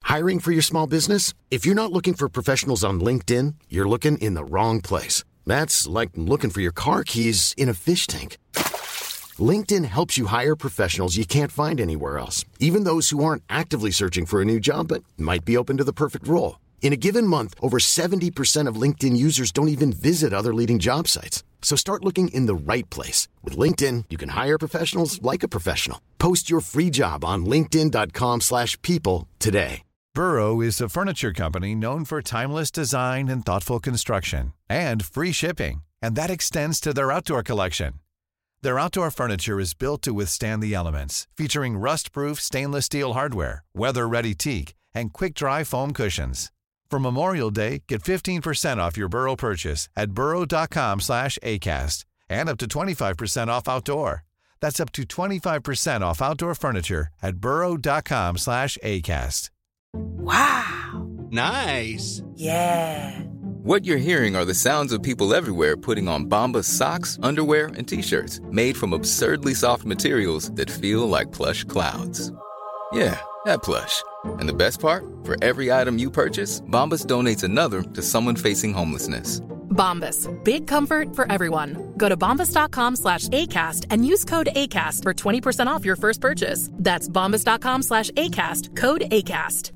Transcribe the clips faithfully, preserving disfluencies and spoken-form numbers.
Hiring for your small business? If you're not looking for professionals on LinkedIn, you're looking in the wrong place. That's like looking for your car keys in a fish tank. LinkedIn helps you hire professionals you can't find anywhere else, even those who aren't actively searching for a new job but might be open to the perfect role. In a given month, over seventy percent of LinkedIn users don't even visit other leading job sites. So start looking in the right place. With LinkedIn, you can hire professionals like a professional. Post your free job on linkedin dot com slash people today. Burrow is a furniture company known for timeless design and thoughtful construction, and free shipping, and that extends to their outdoor collection. Their outdoor furniture is built to withstand the elements, featuring rust-proof stainless steel hardware, weather-ready teak, and quick-dry foam cushions. For Memorial Day, get fifteen percent off your Burrow purchase at burrow dot com slash acast, and up to twenty-five percent off outdoor. That's up to twenty-five percent off outdoor furniture at burrow dot com slash acast. Wow! Nice! Yeah! What you're hearing are the sounds of people everywhere putting on Bombas socks, underwear, and T-shirts made from absurdly soft materials that feel like plush clouds. Yeah, that plush. And the best part? For every item you purchase, Bombas donates another to someone facing homelessness. Bombas. Big comfort for everyone. Go to bombas dot com slash ACAST and use code ACAST for twenty percent off your first purchase. That's bombas dot com slash ACAST. Code ACAST.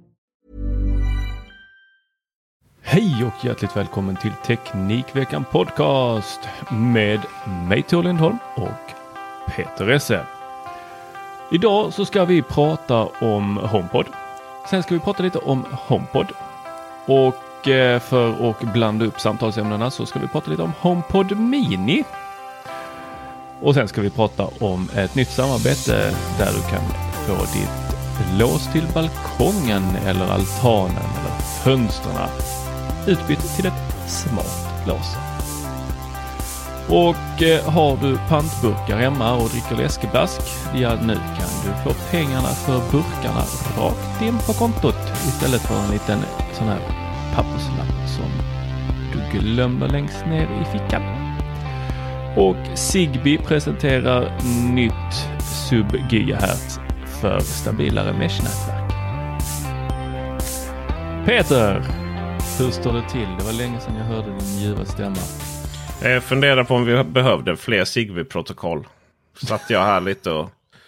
Hej och hjärtligt välkommen till Teknikveckan podcast med mig Tor Lindholm och Peter Esse. Idag så ska vi prata om HomePod. Sen ska vi prata lite om HomePod. Och för att blanda upp samtalsämnena så ska vi prata lite om HomePod Mini. Och sen ska vi prata om ett nytt samarbete där du kan få ditt lås till balkongen eller altanen eller fönsterna utbytt till ett smart lås. Och eh, har du pantburkar hemma och dricker läskeblask, ja nu kan du få pengarna för burkarna rakt in på kontot istället för en liten sån här papperslapp som du glömde längst ner i fickan. Och Zigbee presenterar nytt sub-gigahertz för stabilare mesh-nätverk. Peter, hur står det till? Det var länge sedan jag hörde din ljuva stämma. Jag funderar på om vi behövde fler Zigbee-protokoll. Satt jag här lite och...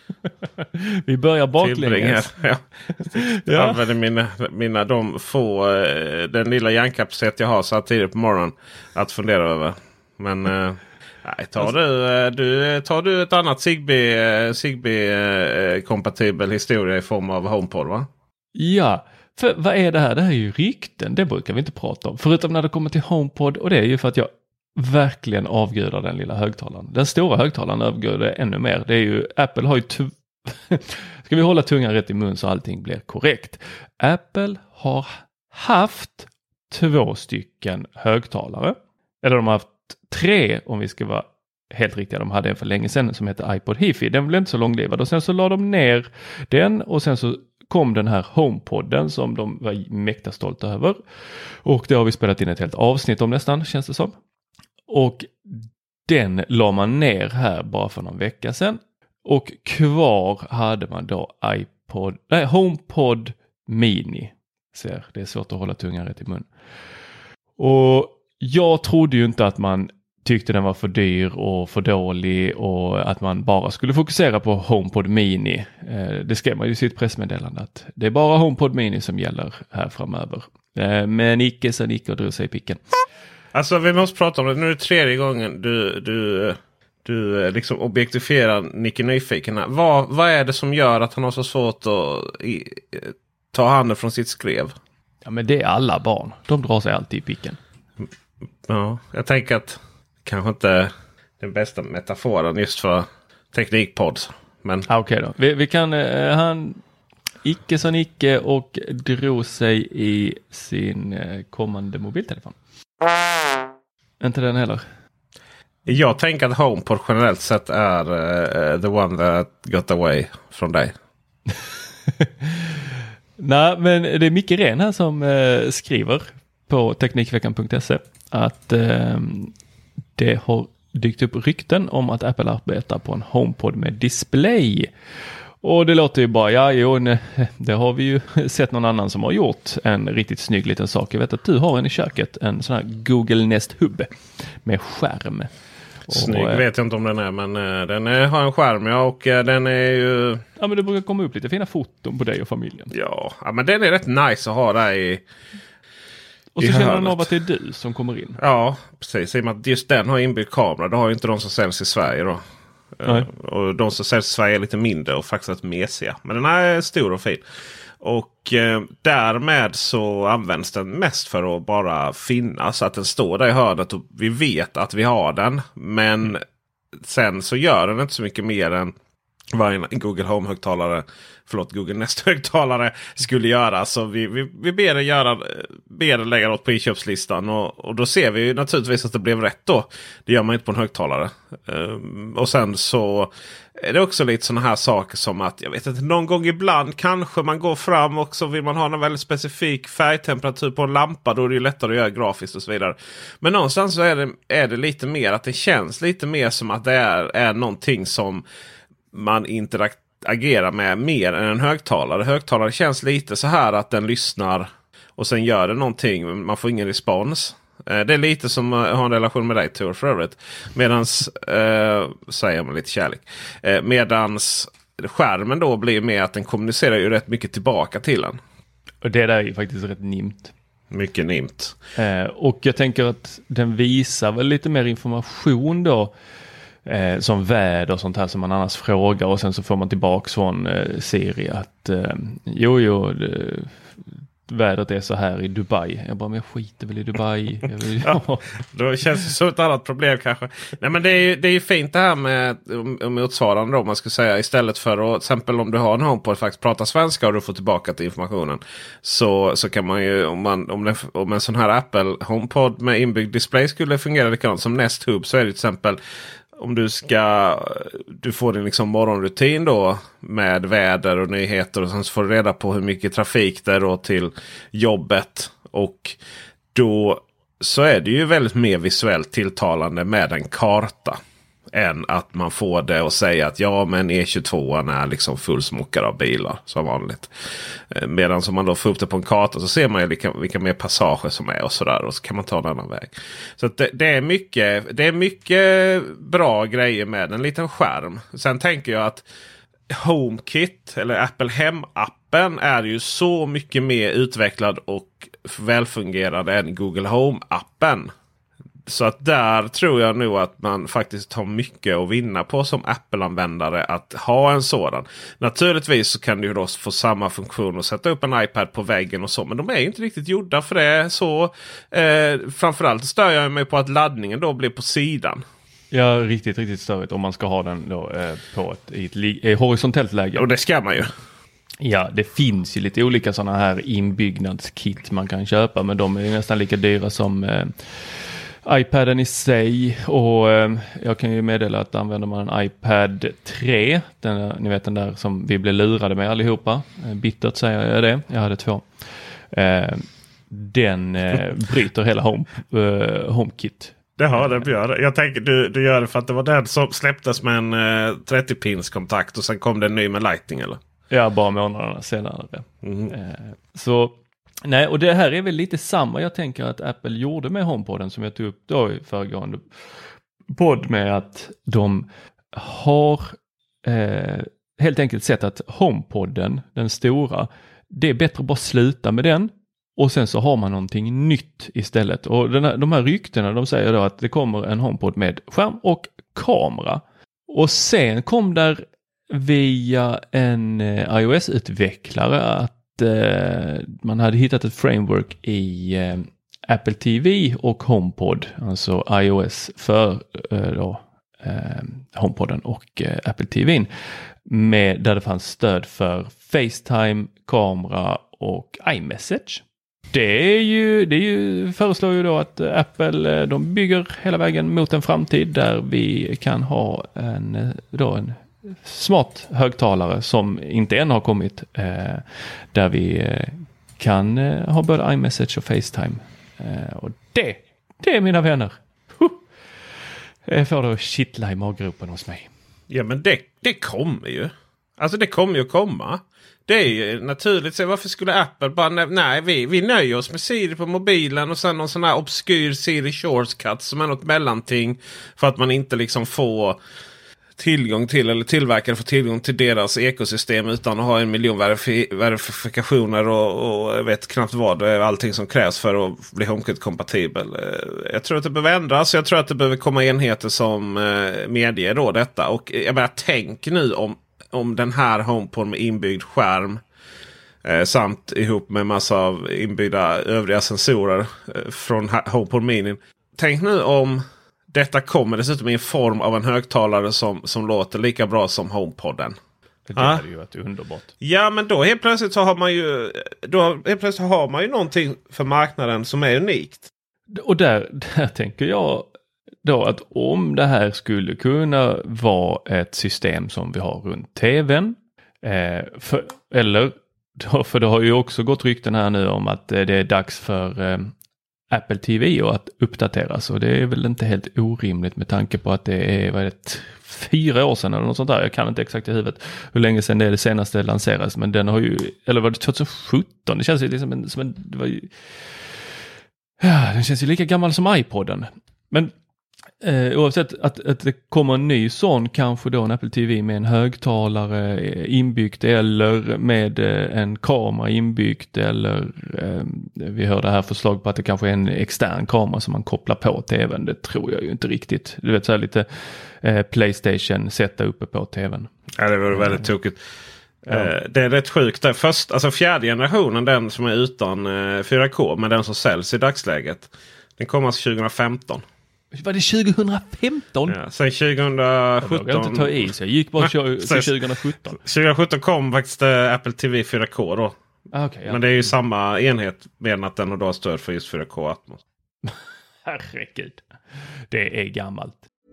Vi börjar baklänges. Ja. Jag använder mina, mina de få, den lilla hjärnkapacitet jag har så här tidigt på morgonen att fundera över. Men nej, tar, du, du, tar du ett annat Zigbee, Zigbee-kompatibel historia i form av HomePod, va? Ja, för vad är det här? Det här är ju rykten, det brukar vi inte prata om. Förutom när det kommer till HomePod, och det är ju för att jag verkligen avgudar den lilla högtalaren. Den stora högtalaren avgudar ännu mer. Det är ju, Apple har ju tu- ska vi hålla tungan rätt i mun så allting blir korrekt. Apple har haft två stycken högtalare. Eller de har haft tre om vi ska vara helt riktiga. De hade en för länge sedan som heter iPod Hi-Fi. Den blev inte så långlivad och sen så la de ner den och sen så kom den här HomePodden som de var mäkta stolta över. Och det har vi spelat in ett helt avsnitt om nästan, känns det som. Och den la man ner här bara för någon vecka sedan. Och kvar hade man då iPod, nej, HomePod Mini. Ser, det är svårt att hålla tungan rätt i mun. Och jag trodde ju inte att man tyckte den var för dyr och för dålig och att man bara skulle fokusera på HomePod Mini. Det skrev man ju i sitt pressmeddelande att det är bara HomePod Mini som gäller här framöver. Men icke så icke och drog sig i picken. Alltså vi måste prata om det. Nu är det tredje gången du, du, du liksom objektifierar Nicke Nyfiken. Vad, vad är det som gör att han har så svårt att i, ta handen från sitt skrev? Ja, men det är alla barn. De drar sig alltid i picken. Ja, jag tänker att kanske inte den bästa metaforen just för teknikpods. Men... Ah, okej okay då. Vi, vi kan... Uh, han icke så icke och drog sig i sin uh, kommande mobiltelefon. Inte den heller. Jag tänker att HomePod generellt sett är uh, the one that got away från dig. Nej, men det är Micke Ren här som uh, skriver på teknikveckan punkt se att uh, det har dykt upp rykten om att Apple arbetar på en HomePod med display. Och det låter ju bara, ja jo, nej, det har vi ju sett någon annan som har gjort en riktigt snygg liten sak. Jag vet att du har en i köket, en sån här Google Nest Hub med skärm. Snygg och, vet jag inte om den är, men uh, den är, har en skärm, ja, och uh, den är ju... Ja, men det brukar komma upp lite fina foton på dig och familjen. Ja, ja men den är rätt nice att ha där i... Och så känner den av att det är du som kommer in. Ja, precis. I och med att just den har inbyggd kamera. Det har ju inte de som säljs i Sverige då. Nej. Och de som säljs i Sverige är lite mindre och faktiskt rätt mesiga. Men den här är stor och fin. Och eh, därmed så används den mest för att bara finnas. Att den står där i hörnet och vi vet att vi har den. Men mm. sen så gör den inte så mycket mer än vad en Google Home-högtalare, förlåt, Google Nest-högtalare skulle göra. Så vi, vi, vi ber den göra, ber den lägga något på inköpslistan. Och, och då ser vi ju naturligtvis att det blev rätt då. Det gör man inte på en högtalare. Um, och sen så är det också lite sådana här saker som att, jag vet inte, någon gång ibland kanske man går fram och så vill man ha en väldigt specifik färgtemperatur på en lampa. Då är det ju lättare att göra grafiskt och så vidare. Men någonstans så är det, är det lite mer att det känns lite mer som att det är, är någonting som man interagerar med mer än en högtalare. Högtalare känns lite så här att den lyssnar och sen gör det någonting, men man får ingen respons. Det är lite som att ha en relation med dig, Tor, för övrigt. Medans, eh, säger man lite kärlek. Eh, medans skärmen då blir med att den kommunicerar ju rätt mycket tillbaka till den. Och det där är ju faktiskt rätt nimt. Mycket nimt. Eh, och jag tänker att den visar väl lite mer information då. Eh, som väder och sånt här som man annars frågar, och sen så får man tillbaka från eh, Siri att eh, jo jo det, vädret är så här i Dubai. Jag bara, men jag skiter väl i Dubai. Jag vill, ja, då känns det som ett annat problem kanske. Nej, men det är ju det är ju fint det här med motsvarande då, man ska säga, istället för att, till exempel om du har en HomePod faktiskt prata svenska och du får tillbaka till informationen, så, så kan man ju, om, man, om, det, om en sån här Apple HomePod med inbyggd display skulle fungera likadant som Nest Hub, så är det till exempel om du ska, du får din liksom morgonrutin då med väder och nyheter, och sen så får du reda på hur mycket trafik det är då till jobbet, och då så är det ju väldigt mer visuellt tilltalande med en karta än att man får det att säga att ja, men E tjugotvå är liksom fullsmockad av bilar som vanligt. Medan som man då får upp det på en karta så ser man ju vilka, vilka mer passager som är och sådär, och så kan man ta en annan väg. Så att det, det, är mycket, det är mycket bra grejer med en liten skärm. Sen tänker jag att HomeKit eller Apple Hem-appen är ju så mycket mer utvecklad och välfungerande än Google Home-appen. Så att där tror jag nog att man faktiskt har mycket att vinna på som Apple-användare att ha en sådan. Naturligtvis så kan du då få samma funktion och sätta upp en iPad på väggen och så. Men de är inte riktigt gjorda för det. Så eh, framförallt stör jag mig på att laddningen då blir på sidan. Ja, riktigt, riktigt störigt om man ska ha den då eh, på ett, i ett li- eh, horisontellt läge. Och det ska man ju. Ja, det finns ju lite olika sådana här inbyggnadskit man kan köpa. Men de är nästan lika dyra som... Eh, iPaden i sig, och eh, jag kan ju meddela att använder man en iPad tre, den, ni vet den där som vi blev lurade med allihopa, eh, bittert säger jag det, jag hade två, eh, den eh, bryter hela home, eh, HomeKit. Det har det, gör det. Jag tänker du, du gör det för att det var den som släpptes med en eh, trettio-pins kontakt och sen kom det en ny med Lightning, eller? Ja, bara månaderna senare. Mm. Eh, så nej, och det här är väl lite samma jag tänker att Apple gjorde med HomePoden som jag tog upp då i föregående podd, med att de har eh, helt enkelt sett att HomePoden, den stora, det är bättre att bara sluta med den och sen så har man någonting nytt istället. Och den här, de här ryktena, de säger då att det kommer en HomePod med skärm och kamera. Och sen kom där via en eh, iOS-utvecklare att man hade hittat ett framework i eh, Apple T V och HomePod, alltså iOS för eh, då, eh, HomePoden och eh, Apple T V:n, med, där det fanns stöd för FaceTime, kamera och iMessage. Det är ju, det är ju, föreslår ju då att Apple, de bygger hela vägen mot en framtid där vi kan ha en, då en smart högtalare som inte än har kommit, eh, där vi eh, kan eh, ha både iMessage och FaceTime. Eh, och det, det är mina vänner. Huh. Jag får då kittla i maggropen hos mig. Ja, men det, det kommer ju. Alltså det kommer ju att komma. Det är ju naturligt. Så varför skulle Apple bara... Nej, vi, vi nöjer oss med Siri på mobilen. Och sen någon sån här obskyr Siri shortcut som är något mellanting. För att man inte liksom får tillgång till, eller tillverkare får tillgång till deras ekosystem utan att ha en miljon verifi- verifikationer och, och jag vet knappt vad det är, allting som krävs för att bli HomeKit-kompatibel. Jag tror att det behöver ändras. Jag tror att det behöver komma enheter som eh, medger då detta. Och jag menar, tänk nu om, om den här HomePod med inbyggd skärm eh, samt ihop med massa av inbyggda övriga sensorer eh, från HomePod Mini. Tänk nu om detta kommer dessutom i en form av en högtalare som, som låter lika bra som HomePodden. Det är ju ett underbart. Ja, men då helt plötsligt så har man ju då helt plötsligt har man ju någonting för marknaden som är unikt. Och där, där tänker jag då att om det här skulle kunna vara ett system som vi har runt tvn eh, för, eller då, för det har ju också gått rykten här nu om att eh, det är dags för eh, Apple T V och att uppdateras, och det är väl inte helt orimligt med tanke på att det är, vad är det, fyra år sedan eller något sånt där. Jag kan inte exakt i huvudet hur länge sedan det är det senaste lanserades, men den har ju, eller var det tjugohundrasjutton? Det känns ju liksom en, som en, det var ju, ja, den känns ju lika gammal som iPoden. Men eh, oavsett att, att det kommer en ny sån, kanske då en Apple T V med en högtalare inbyggt eller med eh, en kamera inbyggt, eller eh, vi hörde här förslag på att det kanske är en extern kamera som man kopplar på tvn. Det tror jag ju inte riktigt. Du vet, så här lite eh, PlayStation sätta uppe på tvn. Ja, det var väldigt tokigt. Ja. Eh, det är rätt sjukt där. Först, alltså fjärde generationen, den som är utan eh, fyra K, men den som säljs i dagsläget, den kommer alltså tjugohundrafemton. Var det tjugohundrafemton? Ja, sen tjugohundrasjutton... Jag inte ta i, så jag gick bara till tjugohundrasjutton. tjugohundrasjutton kom faktiskt äh, Apple T V fyra K då. Ah, okay, ja. Men det är ju samma enhet med att den har då stöd för just fyra K Atmos. Herregud, det är gammalt.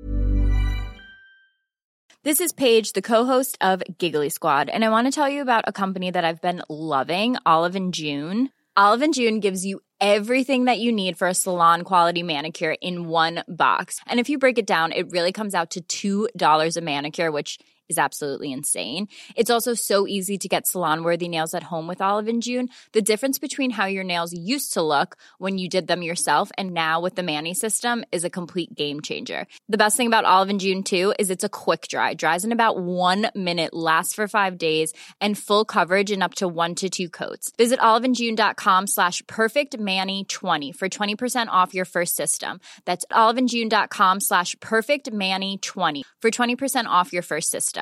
This is Paige, the co-host of Giggly Squad, and I want to tell you about a company that I've been loving, Olive and June. Olive and June gives you everything that you need for a salon quality manicure in one box. And if you break it down, it really comes out to two dollars a manicure, which is absolutely insane. It's also so easy to get salon-worthy nails at home with Olive and June. The difference between how your nails used to look when you did them yourself and now with the Mani system is a complete game changer. The best thing about Olive and June too is it's a quick dry. Dries in about one minute, lasts for five days, and full coverage in up to one to two coats. Visit oliveandjune.com slash perfectmani20 for twenty percent off your first system. That's oliveandjune.com slash perfectmani20 for twenty percent off your first system.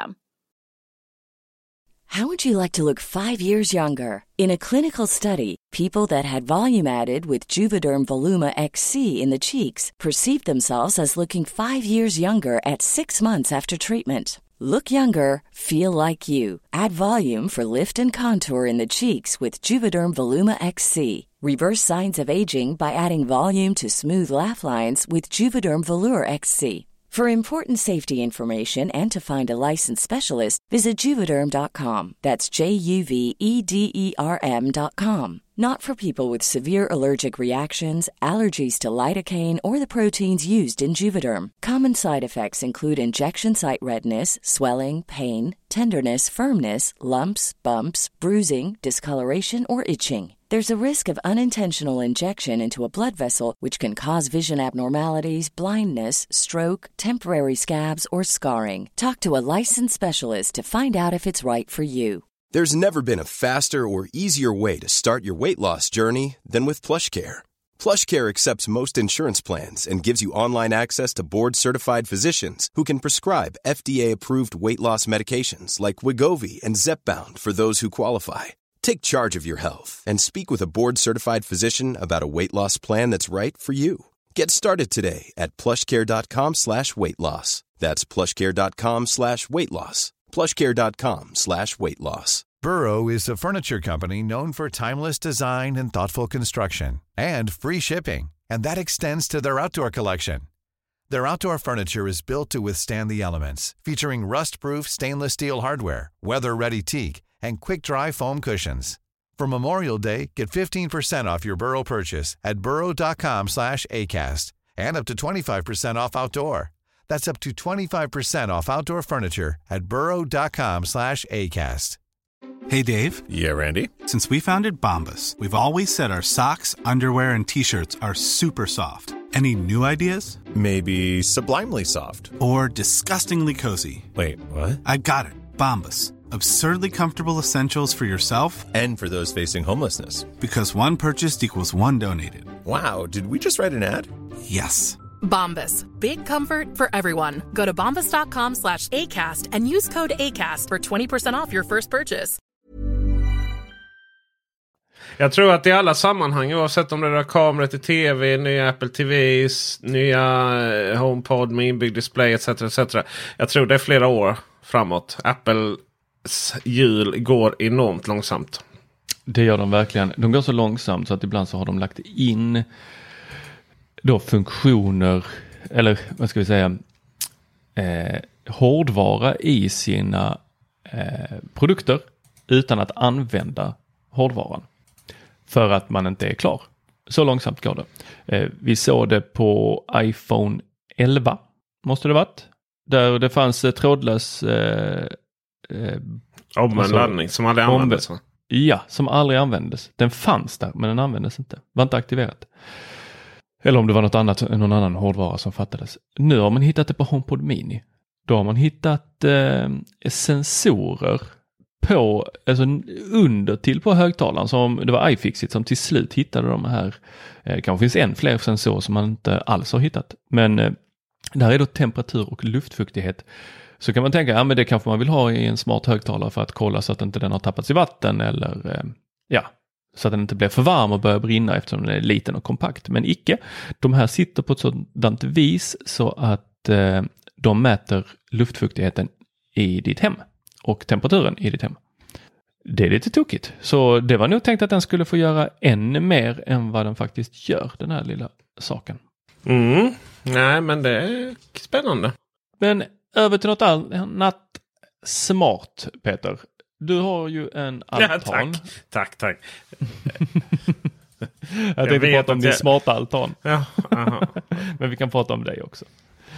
How would you like to look five years younger? In a clinical study, people that had volume added with Juvederm Voluma X C in the cheeks perceived themselves as looking five years younger at six months after treatment. Look younger, feel like you. Add volume for lift and contour in the cheeks with Juvederm Voluma X C. Reverse signs of aging by adding volume to smooth laugh lines with Juvederm Volure X C. For important safety information and to find a licensed specialist, visit Juvederm dot com. That's J U V E D E R M dot com. Not for people with severe allergic reactions, allergies to lidocaine, or the proteins used in Juvederm. Common side effects include injection site redness, swelling, pain, tenderness, firmness, lumps, bumps, bruising, discoloration, or itching. There's a risk of unintentional injection into a blood vessel, which can cause vision abnormalities, blindness, stroke, temporary scabs, or scarring. Talk to a licensed specialist to find out if it's right for you. There's never been a faster or easier way to start your weight loss journey than with PlushCare. PlushCare accepts most insurance plans and gives you online access to board-certified physicians who can prescribe F D A-approved weight loss medications like Wegovy and Zepbound for those who qualify. Take charge of your health and speak with a board-certified physician about a weight loss plan that's right for you. Get started today at plushcare.com slash weight loss. That's plushcare.com slash weight loss. plushcare.com slash weight loss. Burrow is a furniture company known for timeless design and thoughtful construction and free shipping, and that extends to their outdoor collection. Their outdoor furniture is built to withstand the elements, featuring rust-proof stainless steel hardware, weather-ready teak, and quick-dry foam cushions. For Memorial Day, get fifteen percent off your Burrow purchase at burrow.com slash ACAST and up to twenty-five percent off outdoor. That's up to twenty-five percent off outdoor furniture at burrow.com slash ACAST. Hey, Dave. Yeah, Randy. Since we founded Bombas, we've always said our socks, underwear, and T-shirts are super soft. Any new ideas? Maybe sublimely soft. Or disgustingly cozy. Wait, what? I got it. Bombas. Absurdly comfortable essentials for yourself and for those facing homelessness. Because one purchased equals one donated. Wow, did we just write an ad? Yes. Bombas. Big comfort for everyone. Go to bombas.com slash ACAST and use code ACAST for twenty percent off your first purchase. Jag tror att i alla sammanhang, oavsett om det är kameror till tv, nya Apple T Vs, nya HomePod med inbyggd display et cetera et cetera. Jag tror det är flera år framåt. Apples hjul går enormt långsamt. Det gör de verkligen. De går så långsamt så att ibland så har de lagt in då funktioner, eller vad ska vi säga, eh, hårdvara i sina eh, produkter utan att använda hårdvaran. För att man inte är klar. Så långsamt går det. Eh, vi såg det på iPhone elva, måste det varit. Där det fanns eh, trådlös eh, eh, om en alltså, laddning som aldrig användes. Omb- ja, som aldrig användes. Den fanns där, men den användes inte. Var inte aktiverat. Eller om det var något annat, någon annan hårdvara som fattades. Nu har man hittat det på HomePod Mini. Då har man hittat eh, sensorer på, alltså under till på högtalaren. Som, det var iFixit som till slut hittade de här. Eh, det kanske finns än fler sensorer som man inte alls har hittat. Men eh, där är då temperatur och luftfuktighet. Så kan man tänka, ja men det kanske man vill ha i en smart högtalare för att kolla så att inte den har tappats i vatten eller eh, ja. Så att den inte blir för varm och börjar brinna eftersom den är liten och kompakt. Men icke. De här sitter på ett sådant vis så att eh, de mäter luftfuktigheten i ditt hem. Och temperaturen i ditt hem. Det är lite tokigt. Så det var nog tänkt att den skulle få göra ännu mer än vad den faktiskt gör. Den här lilla saken. Mm. Nej, men det är spännande. Men över till något annat smart, Peter. Du har ju en altan. Ja, tack, tack, tack. jag tänkte jag prata om din jag... smarta altan. Ja, aha. Men vi kan prata om dig också.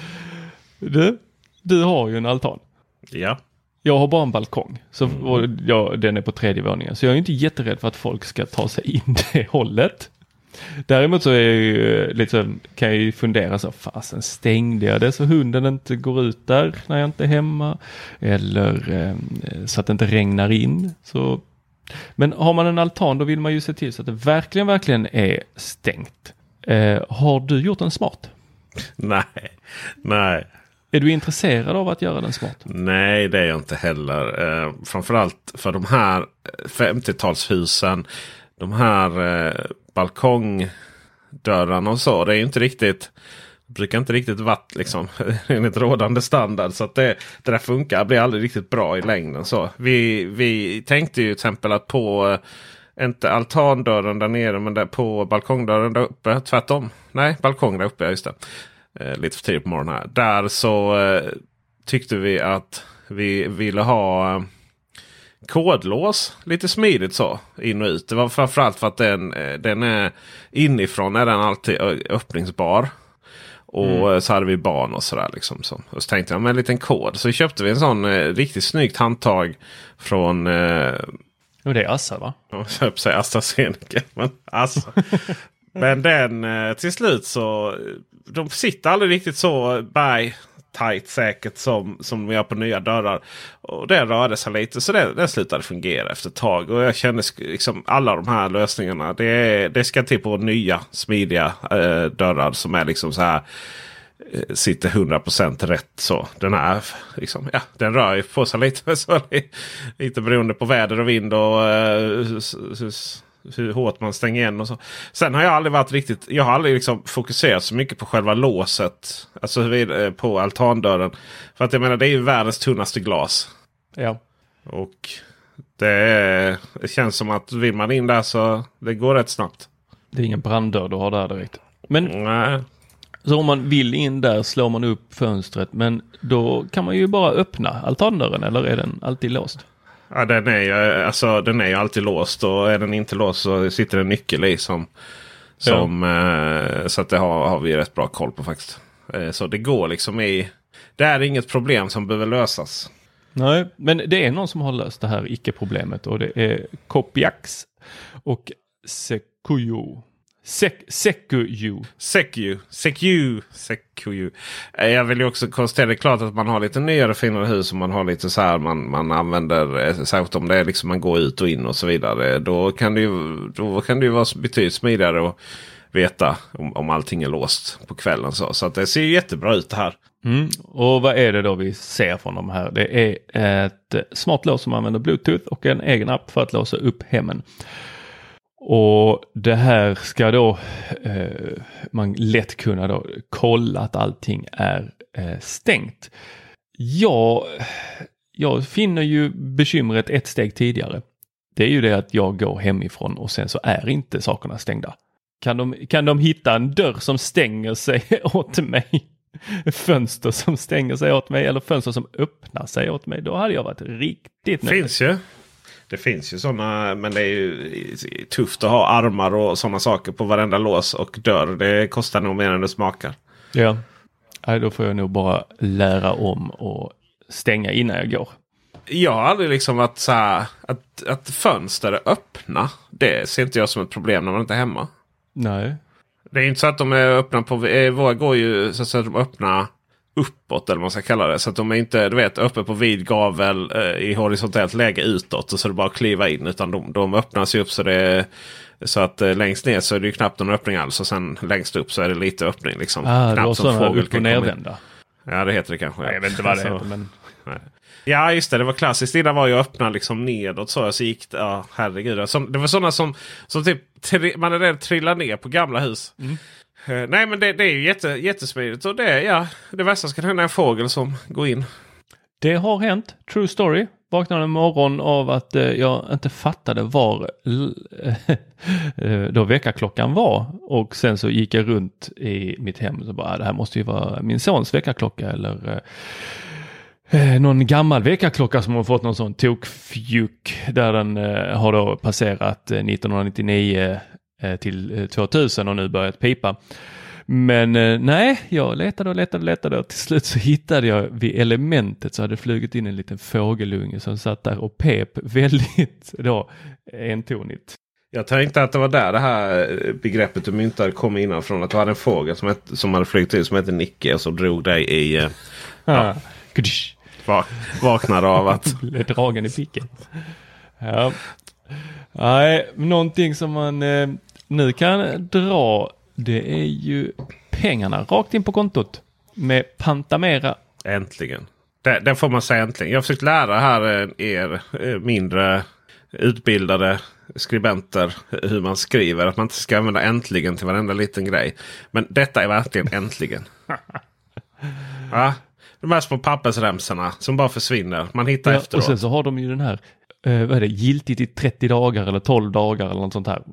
Du, du har ju en altan. Ja. Jag har bara en balkong. Så, och jag, den är på tredje våningen. Så jag är inte jätterädd för att folk ska ta sig in det hållet. Däremot så är jag ju, liksom, kan jag ju fundera så, fasen stängde jag det så hunden inte går ut där när jag inte är hemma eller eh, så att det inte regnar in. Så. Men har man en altan då vill man ju se till så att det verkligen, verkligen är stängt. Eh, har du gjort den smart? Nej, nej. Är du intresserad av att göra den smart? Nej, det är jag inte heller. Eh, framförallt för de här femtiotalshusen, de här eh, balkongdörrarna och så. Det är ju inte riktigt, det brukar inte riktigt vatt liksom enligt rådande standard. Så att det, det där funkar, det blir aldrig riktigt bra i längden. Så vi, vi tänkte ju till exempel att på, inte altandörren där nere men där på balkongdörren där uppe, tvärtom. Nej, balkong där uppe, just det. Eh, lite för tidigt på morgonen här. Där så eh, tyckte vi att vi ville ha eh, kodlås. Lite smidigt så. In och ut. Det var framförallt för att den, eh, den är inifrån är den alltid öppningsbar. Och mm. så hade vi barn och sådär liksom. Så. Och så tänkte jag med en liten kod. Så köpte vi en sån eh, riktigt snyggt handtag från... Eh, och det är Assa, va? Jag köpte sig AstraZeneca. Men Assa. Men den eh, till slut så... De sitter aldrig riktigt så by tight säkert som, som de gör på nya dörrar. Och det rörde sig lite så det, det slutade fungera efter ett tag. Och jag känner liksom alla de här lösningarna. Det, det ska till på nya smidiga eh, dörrar som är liksom så här eh, sitter hundra procent rätt så. Den här liksom, ja, den rör ju på sig lite, så lite beroende på väder och vind och eh, hur hårt man stänger igen och så. Sen har jag aldrig varit riktigt, jag har aldrig liksom fokuserat så mycket på själva låset, alltså på altandörren, för att jag menar det är ju världens tunnaste glas. Ja. Och det, är, det känns som att vill man in där så det går rätt snabbt. Det är ingen branddörr du har där direkt. Men nej. Så om man vill in där slår man upp fönstret, men då kan man ju bara öppna altandörren, eller är den alltid låst? Ja, den är ju alltså, den är ju alltid låst, och är den inte låst så sitter en nyckel i som, som ja. eh, så att det har, har vi rätt bra koll på faktiskt. Eh, så det går liksom i det är inget problem som behöver lösas. Nej, men det är någon som har löst det här icke-problemet och det är Kopiax och Sekuju. Sek- Sekuju. Sekuju. Sekuju. Sekuju. Jag vill ju också konstatera, det är klart att man har lite nyare finare hus och man har lite så här, man, man använder, särskilt om det är liksom man går ut och in och så vidare. Då kan det ju, då kan det ju vara betydligt smidigare att veta om, om allting är låst på kvällen. Så, så att det ser ju jättebra ut det här. Mm. Och vad är det då vi ser från de här? Det är ett smart lås som använder Bluetooth och en egen app för att låsa upp hemmen. Och det här ska då eh, man lätt kunna då kolla att allting är eh, stängt. Jag, jag finner ju bekymret ett steg tidigare. Det är ju det att jag går hemifrån och sen så är inte sakerna stängda. Kan de, kan de hitta en dörr som stänger sig åt mig? Fönster som stänger sig åt mig eller fönster som öppnar sig åt mig, då hade jag varit riktigt nöjd. Finns ju. Det finns ju sådana, men det är ju tufft att ha armar och sådana saker på varenda lås och dörr. Det kostar nog mer än det smakar. Ja, nej, då får jag nog bara lära om och stänga innan jag går. Jag har aldrig liksom varit så här, att, att fönster är öppna, det ser inte jag som ett problem när man inte är hemma. Nej. Det är inte så att de är öppna på, våra går ju så att de öppnar uppåt eller vad man ska kalla det. Så att de är inte, du vet, uppe på vid gavel eh, i horisontellt läge utåt och så är det bara att kliva in. Utan de, de öppnar sig upp så det är, så att eh, längst ner så är det ju knappt någon öppning alls. Och sen längst upp så är det lite öppning liksom. Ah, knappt då som sådana upp och nervända. Ja, det heter det kanske. Nej, jag vet inte vad det så, heter, men... Nej. Ja, just det. Det var klassiskt. Innan var jag öppna liksom nedåt så, så gick det, ja, herregud. Som, det var sådana som, som typ, tri, man är rädd trillar ner på gamla hus. Mm. Uh, nej, men det, det är ju jätte, jättesmidigt. Och det, ja, det värsta ska hända en fågel som går in. Det har hänt. True story. Vaknade en morgon av att uh, jag inte fattade var uh, då väckarklockan var. Och sen så gick jag runt i mitt hem och så bara, det här måste ju vara min sons väckarklocka eller... Uh, någon gammal väckarklocka som har fått någon sån tokfjuk där den uh, har då passerat uh, nittonhundranittionio uh, till uh, tvåtusen och nu börjat pipa. Men uh, nej, jag letade och letade och letade och till slut så hittade jag vid elementet så hade flugit in en liten fågelunge som satt där och pep väldigt då entonigt. Jag tänkte att det var där det här begreppet du myntade kom innan från, att du hade en fågel som, ett, som hade flugit in som heter Nicke och så drog dig i... Uh, ja. Vak- vaknar av att dragen i picken. Ja. Nej, någonting som man eh, nu kan dra, det är ju pengarna rakt in på kontot med Pantamera. Äntligen. Det, det får man säga äntligen. Jag har försökt lära här er mindre utbildade skribenter hur man skriver, att man inte ska använda äntligen till varenda liten grej. Men detta är verkligen äntligen. Ja. De här små pappersremsorna som bara försvinner. Man hittar ja, efteråt. Och sen så har de ju den här, eh, vad är det, giltigt i trettio dagar eller tolv dagar eller något sånt här.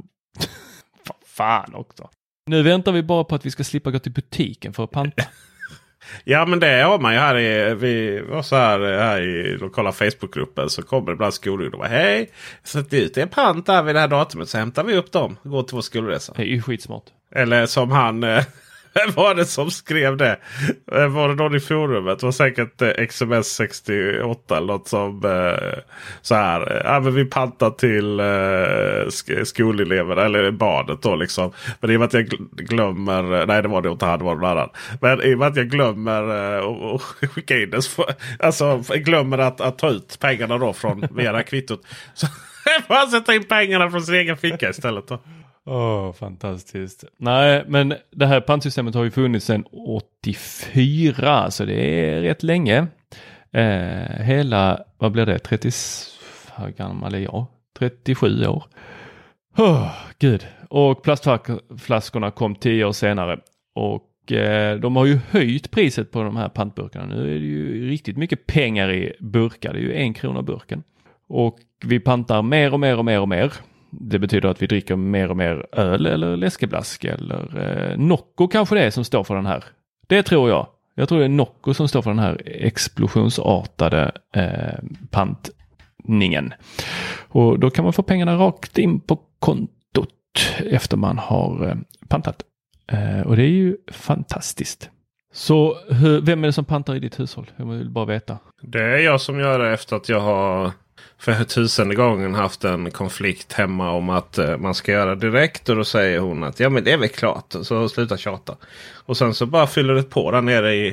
Fan också. Nu väntar vi bara på att vi ska slippa gå till butiken för att panta. Ja, men det har man ju här i, vi var så här, här i lokala Facebookgruppen så kommer det bland skolor och hej, sätt ut en pant där vid det här datumet så hämtar vi upp dem och går till vår skolresa. Det är ju skitsmart. Eller som han... Vem var det som skrev det? Var det någon i forumet? Det var säkert X M S sextioåtta eller något som eh, så här. Ja, men vi pantar till eh, skoleleverna eller barnet då liksom. Men i och med att jag glömmer, nej det var det inte han, det var någon annan. Men i och med att jag glömmer eh, och, och skicka in det, alltså glömmer att, att ta ut pengarna då från via det här kvittot. Så får han sätta in pengarna från sin egen ficka istället då. Åh, oh, fantastiskt. Nej, men det här pantsystemet har ju funnits sedan åttiofyra, så det är rätt länge. Eh, hela, vad blir det? trettio, hur gammal är jag? trettiosju år. Oh, gud. Och plastflaskorna kom tio år senare. Och eh, de har ju höjt priset på de här pantburkarna. Nu är det ju riktigt mycket pengar i burkar. Det är ju en krona burken. Och vi pantar mer och mer och mer och mer. Det betyder att vi dricker mer och mer öl eller läskeblask eller eh, Nocco kanske det är som står för den här. Det tror jag. Jag tror det är Nocco som står för den här explosionsartade eh, pantningen. Och då kan man få pengarna rakt in på kontot efter man har eh, pantat. Eh, och det är ju fantastiskt. Så hur, vem är det som pantar i ditt hushåll? Jag vill bara veta. Det är jag som gör det efter att jag har för tusende gången haft en konflikt hemma om att uh, man ska göra direkt. Och då säger hon att ja men det är väl klart. Så sluta tjata. Och sen så bara fyller det på där nere i,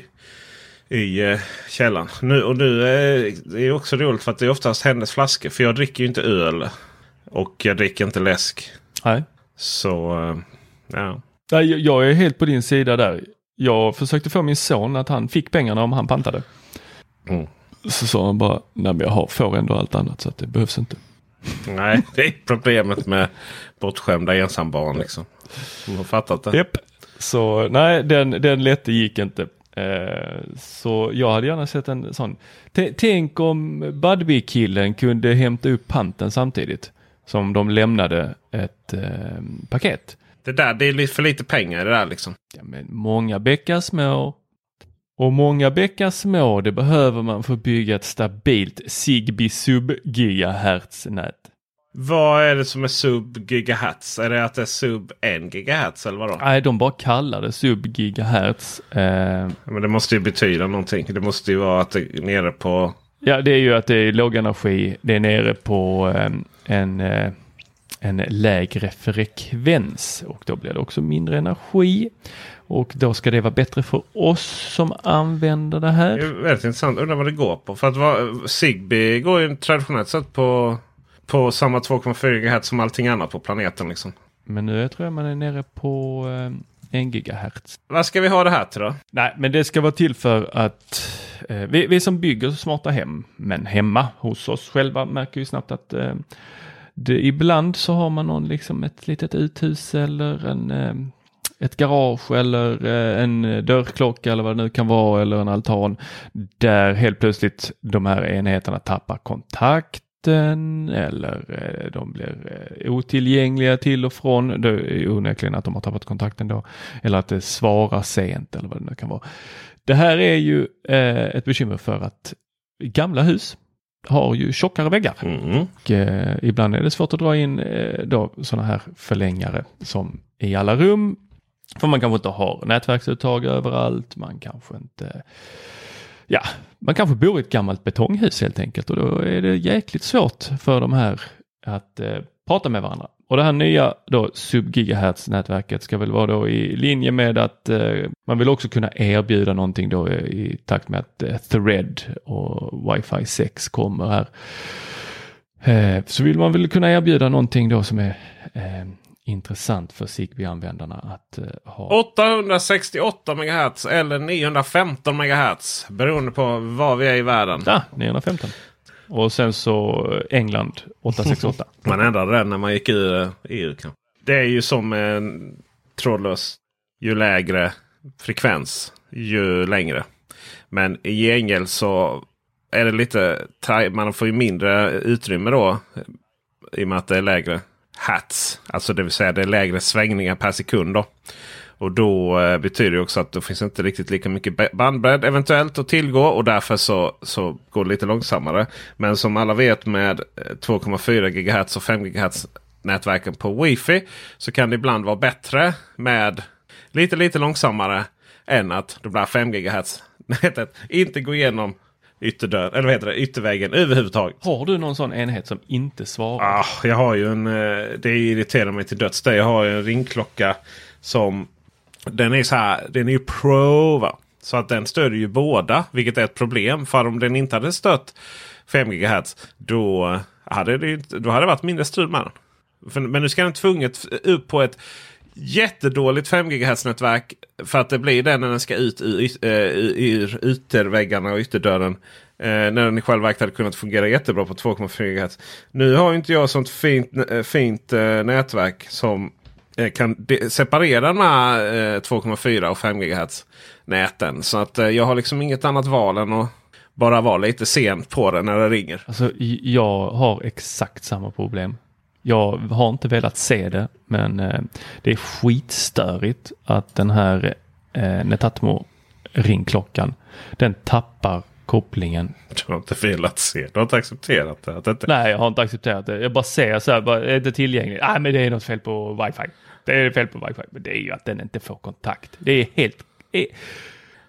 i uh, källaren. Nu, och nu uh, det är också roligt för att det är oftast hennes flaskor. För jag dricker ju inte öl. Och jag dricker inte läsk. Nej. Så uh, ja. Nej, jag är helt på din sida där. Jag försökte få min son att han fick pengarna om han pantade. Mm. Så sa han bara, nej men jag har, får ändå allt annat så att det behövs inte. Nej, det är problemet med bortskämda ensambarn liksom. De har fattat det. Japp. Så nej, den, den lätte gick inte. Eh, så jag hade gärna sett en sån. T- tänk om Budbee-killen kunde hämta upp panten samtidigt som de lämnade ett eh, paket. Det där, det är lite för lite pengar det där liksom. Ja, men många bäckar små. Och många bäckar små, det behöver man för att bygga ett stabilt Zigbee sub-gigahertz-nät. Vad är det som är sub-gigahertz? Är det att det är sub en gigahertz eller vadå? Nej, de bara kallar det sub-gigahertz. Eh... Men det måste ju betyda någonting. Det måste ju vara att det är nere på... Ja, det är ju att det är låg energi. Det är nere på eh, en... Eh... en lägre frekvens och då blir det också mindre energi och då ska det vara bättre för oss som använder det här. Det är väldigt intressant, undrar vad det går på för att vara, Zigbee går ju traditionellt sett på, på samma två komma fyra gigahertz som allting annat på planeten liksom. Men nu tror jag man är nere på eh, en gigahertz. Vad ska vi ha det här till då? Nej, men det ska vara till för att eh, vi, vi som bygger smarta hem, men hemma hos oss själva märker ju snabbt att eh, Det, ibland så har man någon liksom ett litet uthus eller en, ett garage eller en dörrklocka eller vad det nu kan vara eller en altan där helt plötsligt de här enheterna tappar kontakten eller de blir otillgängliga till och från. Det är onekligen att de har tappat kontakten då eller att det svarar sent eller vad det nu kan vara. Det här är ju ett bekymmer för att gamla hus har ju tjockare väggar. Mm. Och, eh, ibland är det svårt att dra in eh, då sådana här förlängare som i alla rum. För man kanske inte har nätverksuttag överallt. Man kanske inte... Ja, man kanske bor i ett gammalt betonghus helt enkelt. Och då är det jäkligt svårt för de här att eh, prata med varandra. Och det här nya då sub-gigahertz-nätverket ska väl vara då i linje med att eh, man vill också kunna erbjuda någonting då i takt med att eh, Thread och Wi-Fi sex kommer här. Eh, så vill man väl kunna erbjuda någonting då som är eh, intressant för Zigbee-användarna att eh, ha. åttahundrasextioåtta megahertz eller niohundrafemton megahertz beroende på var vi är i världen. Ja, niohundrafemton. Och sen så England åttahundrasextioåtta. Man ändrade den när man gick ur E U. Det är ju som en trådlös. Ju lägre frekvens, ju längre. Men i gengäld så är det lite... Man får ju mindre utrymme då. I och med att det är lägre hertz. Alltså det vill säga det är lägre svängningar per sekund då. Och då eh, betyder det också att det finns inte riktigt lika mycket bandbredd eventuellt att tillgå. Och därför så, så går det lite långsammare. Men som alla vet med två komma fyra gigahertz och fem gigahertz nätverken på Wi-Fi. Så kan det ibland vara bättre med lite lite långsammare än att de där fem gigahertz nätet inte går igenom ytterdörr, eller vad heter det, ytterväggen överhuvudtaget. Har du någon sån enhet som inte svarar? Ah, jag har ju en, det irriterar mig till döds. Jag har ju en ringklocka som... Den är så här, den är ju pro va? Så att den stödjer ju båda, vilket är ett problem. För om den inte hade stött fem gigahertz, då hade det, då hade det varit mindre strul med den. För, men nu ska den tvunget upp på ett jättedåligt fem gigahertz-nätverk för att det blir den när den ska ut ur, ur ytterväggarna och ytterdörren. Eh, när den i själva verket hade kunnat fungera jättebra på två komma fyra gigahertz. Nu har inte jag sånt fint, fint eh, nätverk som kan de- separera de här eh, två komma fyra och fem gigahertz näten. Så att eh, jag har liksom inget annat val än att bara vara lite sent på det när det ringer. Alltså jag har exakt samma problem. Jag har inte velat se det, men eh, det är skitstörigt att den här eh, Netatmo ringklockan, den tappar kopplingen. Du har inte velat se, du har inte accepterat det. Att det inte... Nej, jag har inte accepterat det. Jag bara ser så här, bara, är det tillgängligt? Nej, men det är något fel på Wi-Fi. Det är fel på Wi-Fi, men det är ju att den inte får kontakt. Det är helt... Är...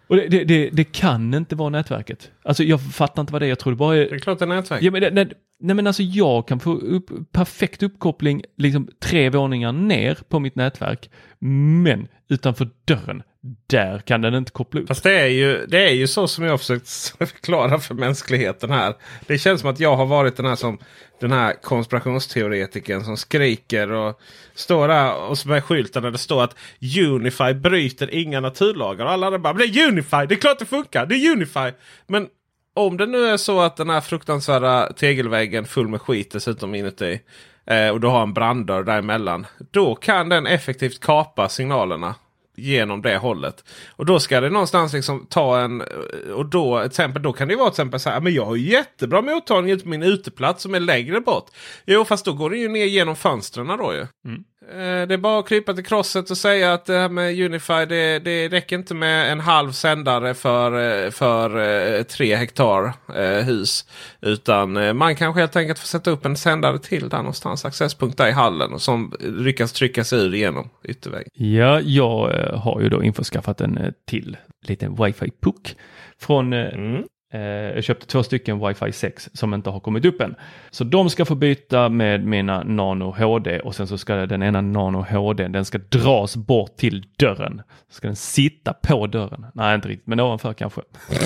Och det, det, det, det kan inte vara nätverket. Alltså jag fattar inte vad det är. Jag tror det bara är... Det är klart det är nätverk. Ja, men det, nej, nej men alltså jag kan få upp, perfekt uppkoppling liksom tre våningar ner på mitt nätverk. Men utanför dörren, där kan den inte koppla upp. Fast det är ju, det är ju så som jag har försökt förklara för mänskligheten här. Det känns som att jag har varit den här som den här konspirationsteoretiken som skriker och står där och så med skylten där det står att Unify bryter inga naturlagar. Och alla andra bara, men det är Unify, det är klart det funkar, det är Unify. Men om det nu är så att den här fruktansvärda tegelväggen full med skit dessutom inuti eh, och du har en branddörr däremellan, då kan den effektivt kapa signalerna genom det hållet. Och då ska det någonstans liksom ta en, och då, till exempel, då kan det vara till exempel så här, men jag har ju jättebra mottagning ut på min uteplats som är längre bort. Jo, fast då går det ju ner genom fönstren då ju. Mm. Det är bara att krypa till krosset och säga att det här med Unify, det, det räcker inte med en halv sändare för, för tre hektar eh, hus. Utan man kanske helt enkelt får sätta upp en sändare till där någonstans. Accesspunkt där i hallen och som lyckas trycka sig ur igenom ytterväggen. Ja, jag har ju då införskaffat en till liten wifi-puck från... Mm. Jag köpte två stycken Wi-Fi sex som inte har kommit upp än. Så de ska få byta med mina Nano H D och sen så ska den ena Nano H D, den ska dras bort till dörren. Så ska den sitta på dörren. Nej, inte riktigt, men ovanför kanske.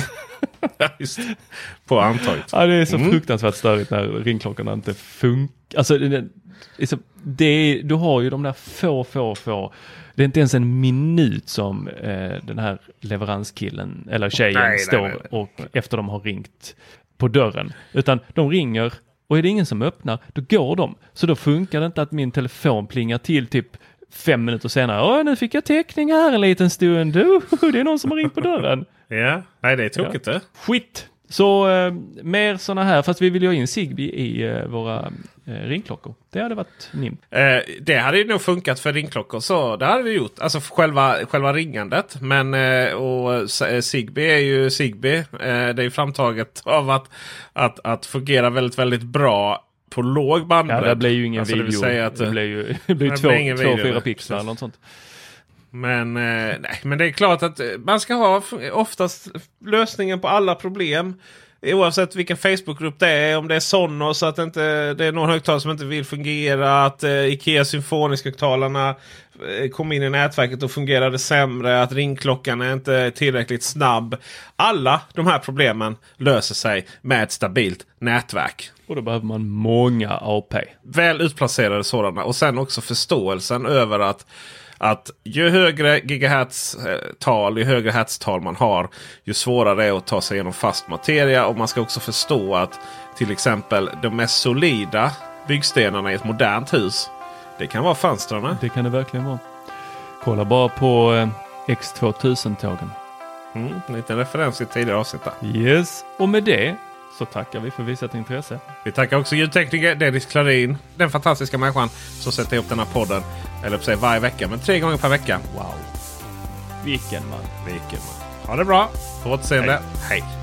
Just det. På antaget. Ja, det är så mm. fruktansvärt störigt när ringklockorna inte funkar. Alltså, det, det, det är, du har ju de där få, få, få. Det är inte ens en minut som eh, den här leveranskillen eller tjejen nej, står nej, nej, nej. och efter de har ringt på dörren. Utan de ringer och är det ingen som öppnar, då går de. Så då funkar det inte att min telefon plingar till typ fem minuter senare. Åh, nu fick jag täckning här en liten stund. Uh, det är någon som har ringt på dörren. Ja, nej det är tråkigt ja. det. Skit. Så eh, mer sådana här, fast vi vill ju ha in Zigbee i eh, våra eh, ringklockor. Det hade varit nim. Eh, det hade ju nog funkat för ringklockor, så det hade vi gjort. Alltså själva, själva ringandet. Men eh, och Zigbee är ju Zigbee. Eh, det är framtaget av att, att, att fungera väldigt, väldigt bra på låg bandbredd. Ja, det blir ju ingen alltså, video. Det, säga att, det blir ju det blir två, två, fyra pixlar eller något sånt. Men, eh, nej, men det är klart att man ska ha oftast lösningen på alla problem. Oavsett vilken Facebookgrupp det är. Om det är Sonos, så att det, inte, det är någon högtalare som inte vill fungera. Att eh, Ikea symfonisk-högtalarna eh, kom in i nätverket och fungerade sämre. Att ringklockan är inte tillräckligt snabb. Alla de här problemen löser sig med ett stabilt nätverk. Och då behöver man många A P. Väl utplacerade sådana. Och sen också förståelsen över att Att ju högre gigahertz-tal, ju högre hertz-tal man har, ju svårare det är att ta sig igenom fast materia. Och man ska också förstå att till exempel de mest solida byggstenarna i ett modernt hus, det kan vara fönstren. Det kan det verkligen vara. Kolla bara på eh, X tvåtusen-tågen. Mm, en liten referens i tidigare avsnitt där. Yes, och med det så tackar vi för visat intresse. Vi tackar också ljudtekniker Dennis Klarin, den fantastiska människan som sätter ihop den här podden. Eller på sig varje vecka, men tre gånger per vecka. Wow. Vilken man. Vilken man. Ha det bra. På återseende. Hej. Hej.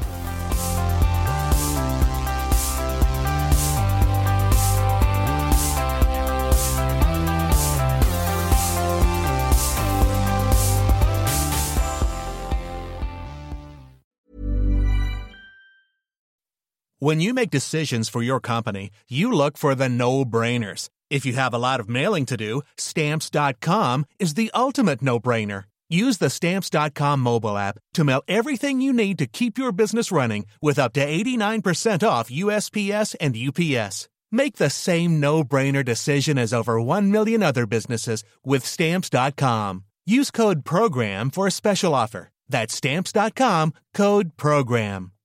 When you make decisions for your company, you look for the no-brainers. If you have a lot of mailing to do, Stamps dot com is the ultimate no-brainer. Use the Stamps dot com mobile app to mail everything you need to keep your business running with up to eighty-nine percent off U S P S and U P S. Make the same no-brainer decision as over one million other businesses with Stamps dot com. Use code PROGRAM for a special offer. That's Stamps dot com, code PROGRAM.